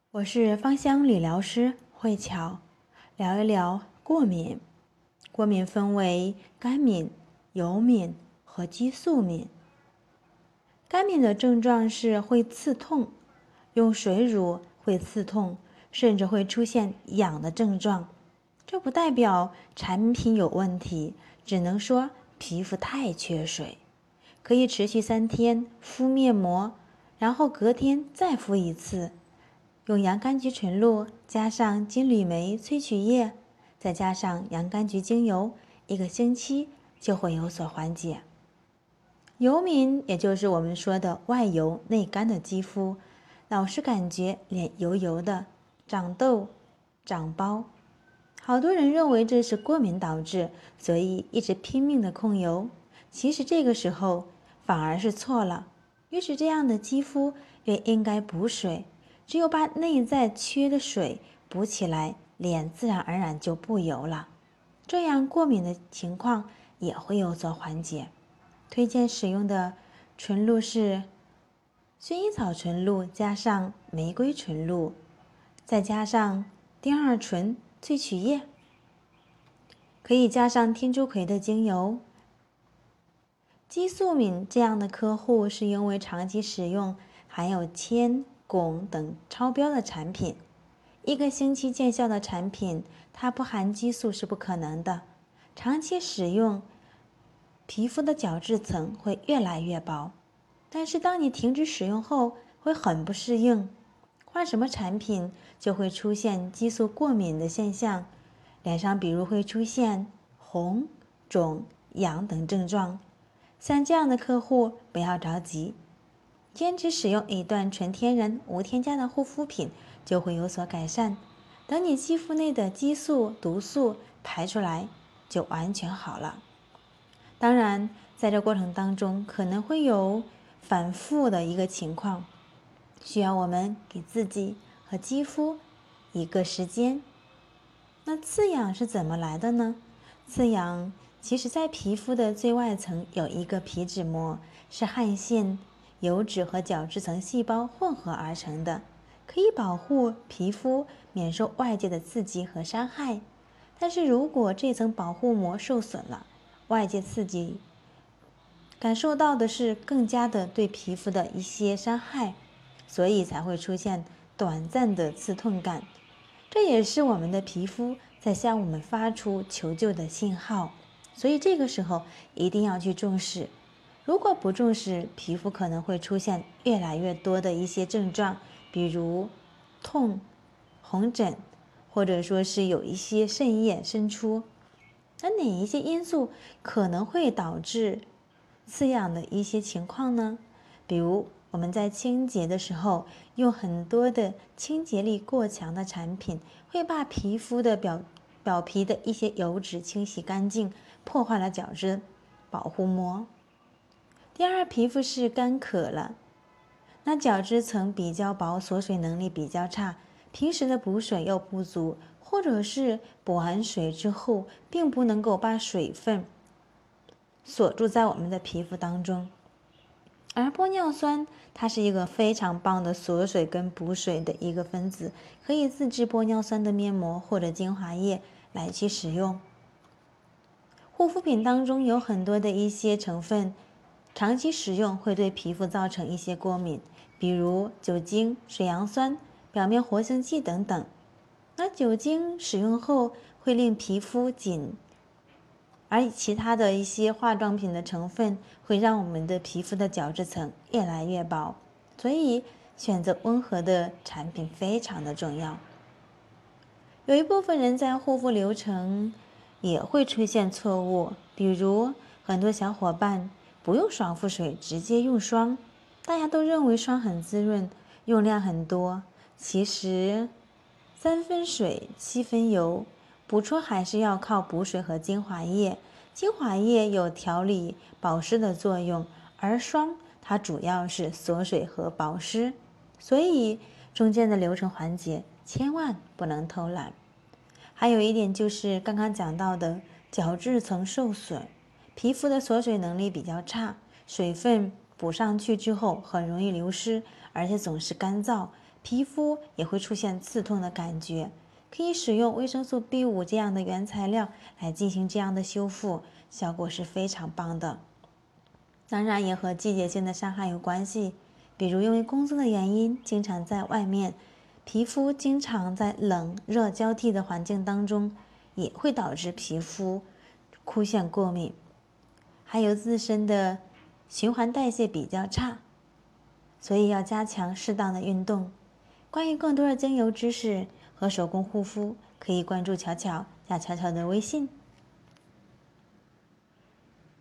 我是芳香理疗师慧乔，聊一聊过敏。过敏分为干敏、油敏和激素敏。干敏的症状是会刺痛，用水乳会刺痛，甚至会出现痒的症状。这不代表产品有问题，只能说皮肤太缺水。可以持续3天敷面膜，然后隔天再敷1次。用洋甘菊纯露加上金缕梅萃取液，再加上洋甘菊精油，1个星期就会有所缓解。油敏也就是我们说的外油内干的肌肤，老是感觉脸油油的，长痘、长包。好多人认为这是过敏导致，所以一直拼命的控油。其实这个时候反而是错了，越是这样的肌肤越应该补水。只有把内在缺的水补起来，脸自然而然就不油了，这样过敏的情况也会有所缓解。推荐使用的纯露是薰衣草纯露加上玫瑰纯露，再加上丁二醇萃取液，可以加上天竺葵的精油。激素敏这样的客户是因为长期使用含有铅、汞等超标的产品，1个星期见效的产品，它不含激素是不可能的。长期使用，皮肤的角质层会越来越薄，但是当你停止使用后，会很不适应，换什么产品就会出现激素过敏的现象，脸上比如会出现红、肿、痒等症状。像这样的客户不要着急，坚持使用一段纯天然无添加的护肤品就会有所改善。等你肌肤内的激素、毒素排出来，就完全好了。当然，在这过程当中可能会有反复的一个情况，需要我们给自己和肌肤一个时间。那刺痒是怎么来的呢？刺痒其实在皮肤的最外层有一个皮脂膜，是汗腺、油脂和角质层细胞混合而成的，可以保护皮肤免受外界的刺激和伤害。但是如果这层保护膜受损了，外界刺激感受到的是更加的对皮肤的一些伤害，所以才会出现短暂的刺痛感。这也是我们的皮肤在向我们发出求救的信号，所以这个时候一定要去重视。如果不重视，皮肤可能会出现越来越多的一些症状，比如痛、红疹，或者说是有一些渗液渗出。那哪一些因素可能会导致刺痒的一些情况呢？比如我们在清洁的时候用很多的清洁力过强的产品，会把皮肤的表皮的一些油脂清洗干净，破坏了角质保护膜。第二，皮肤是干渴了，那角质层比较薄，锁水能力比较差，平时的补水又不足，或者是补完水之后并不能够把水分锁住在我们的皮肤当中。而玻尿酸它是一个非常棒的锁水跟补水的一个分子，可以自制玻尿酸的面膜或者精华液来去使用。护肤品当中有很多的一些成分，长期使用会对皮肤造成一些过敏，比如酒精、水杨酸、表面活性剂等等。那酒精使用后会令皮肤紧，而其他的一些化妆品的成分会让我们的皮肤的角质层越来越薄，所以选择温和的产品非常的重要。有一部分人在护肤流程也会出现错误，比如很多小伙伴不用爽肤水，直接用霜，大家都认为霜很滋润，用量很多，其实3分水7分油，补充还是要靠补水和精华液。精华液有调理保湿的作用，而霜它主要是锁水和保湿，所以中间的流程环节千万不能偷懒。还有一点就是刚刚讲到的角质层受损，皮肤的锁水能力比较差，水分补上去之后很容易流失，而且总是干燥， 皮肤也会出现刺痛的感觉。可以使用维生素 B5 这样的原材料来进行这样的修复，效果是非常棒的。当然也和季节性的伤害有关系，比如因为工作的原因，经常在外面，皮肤经常在冷热交替的环境当中，也会导致皮肤出现过敏。还有自身的循环代谢比较差，所以要加强适当的运动。关于更多的精油知识和手工护肤，可以关注巧巧加巧巧的微信。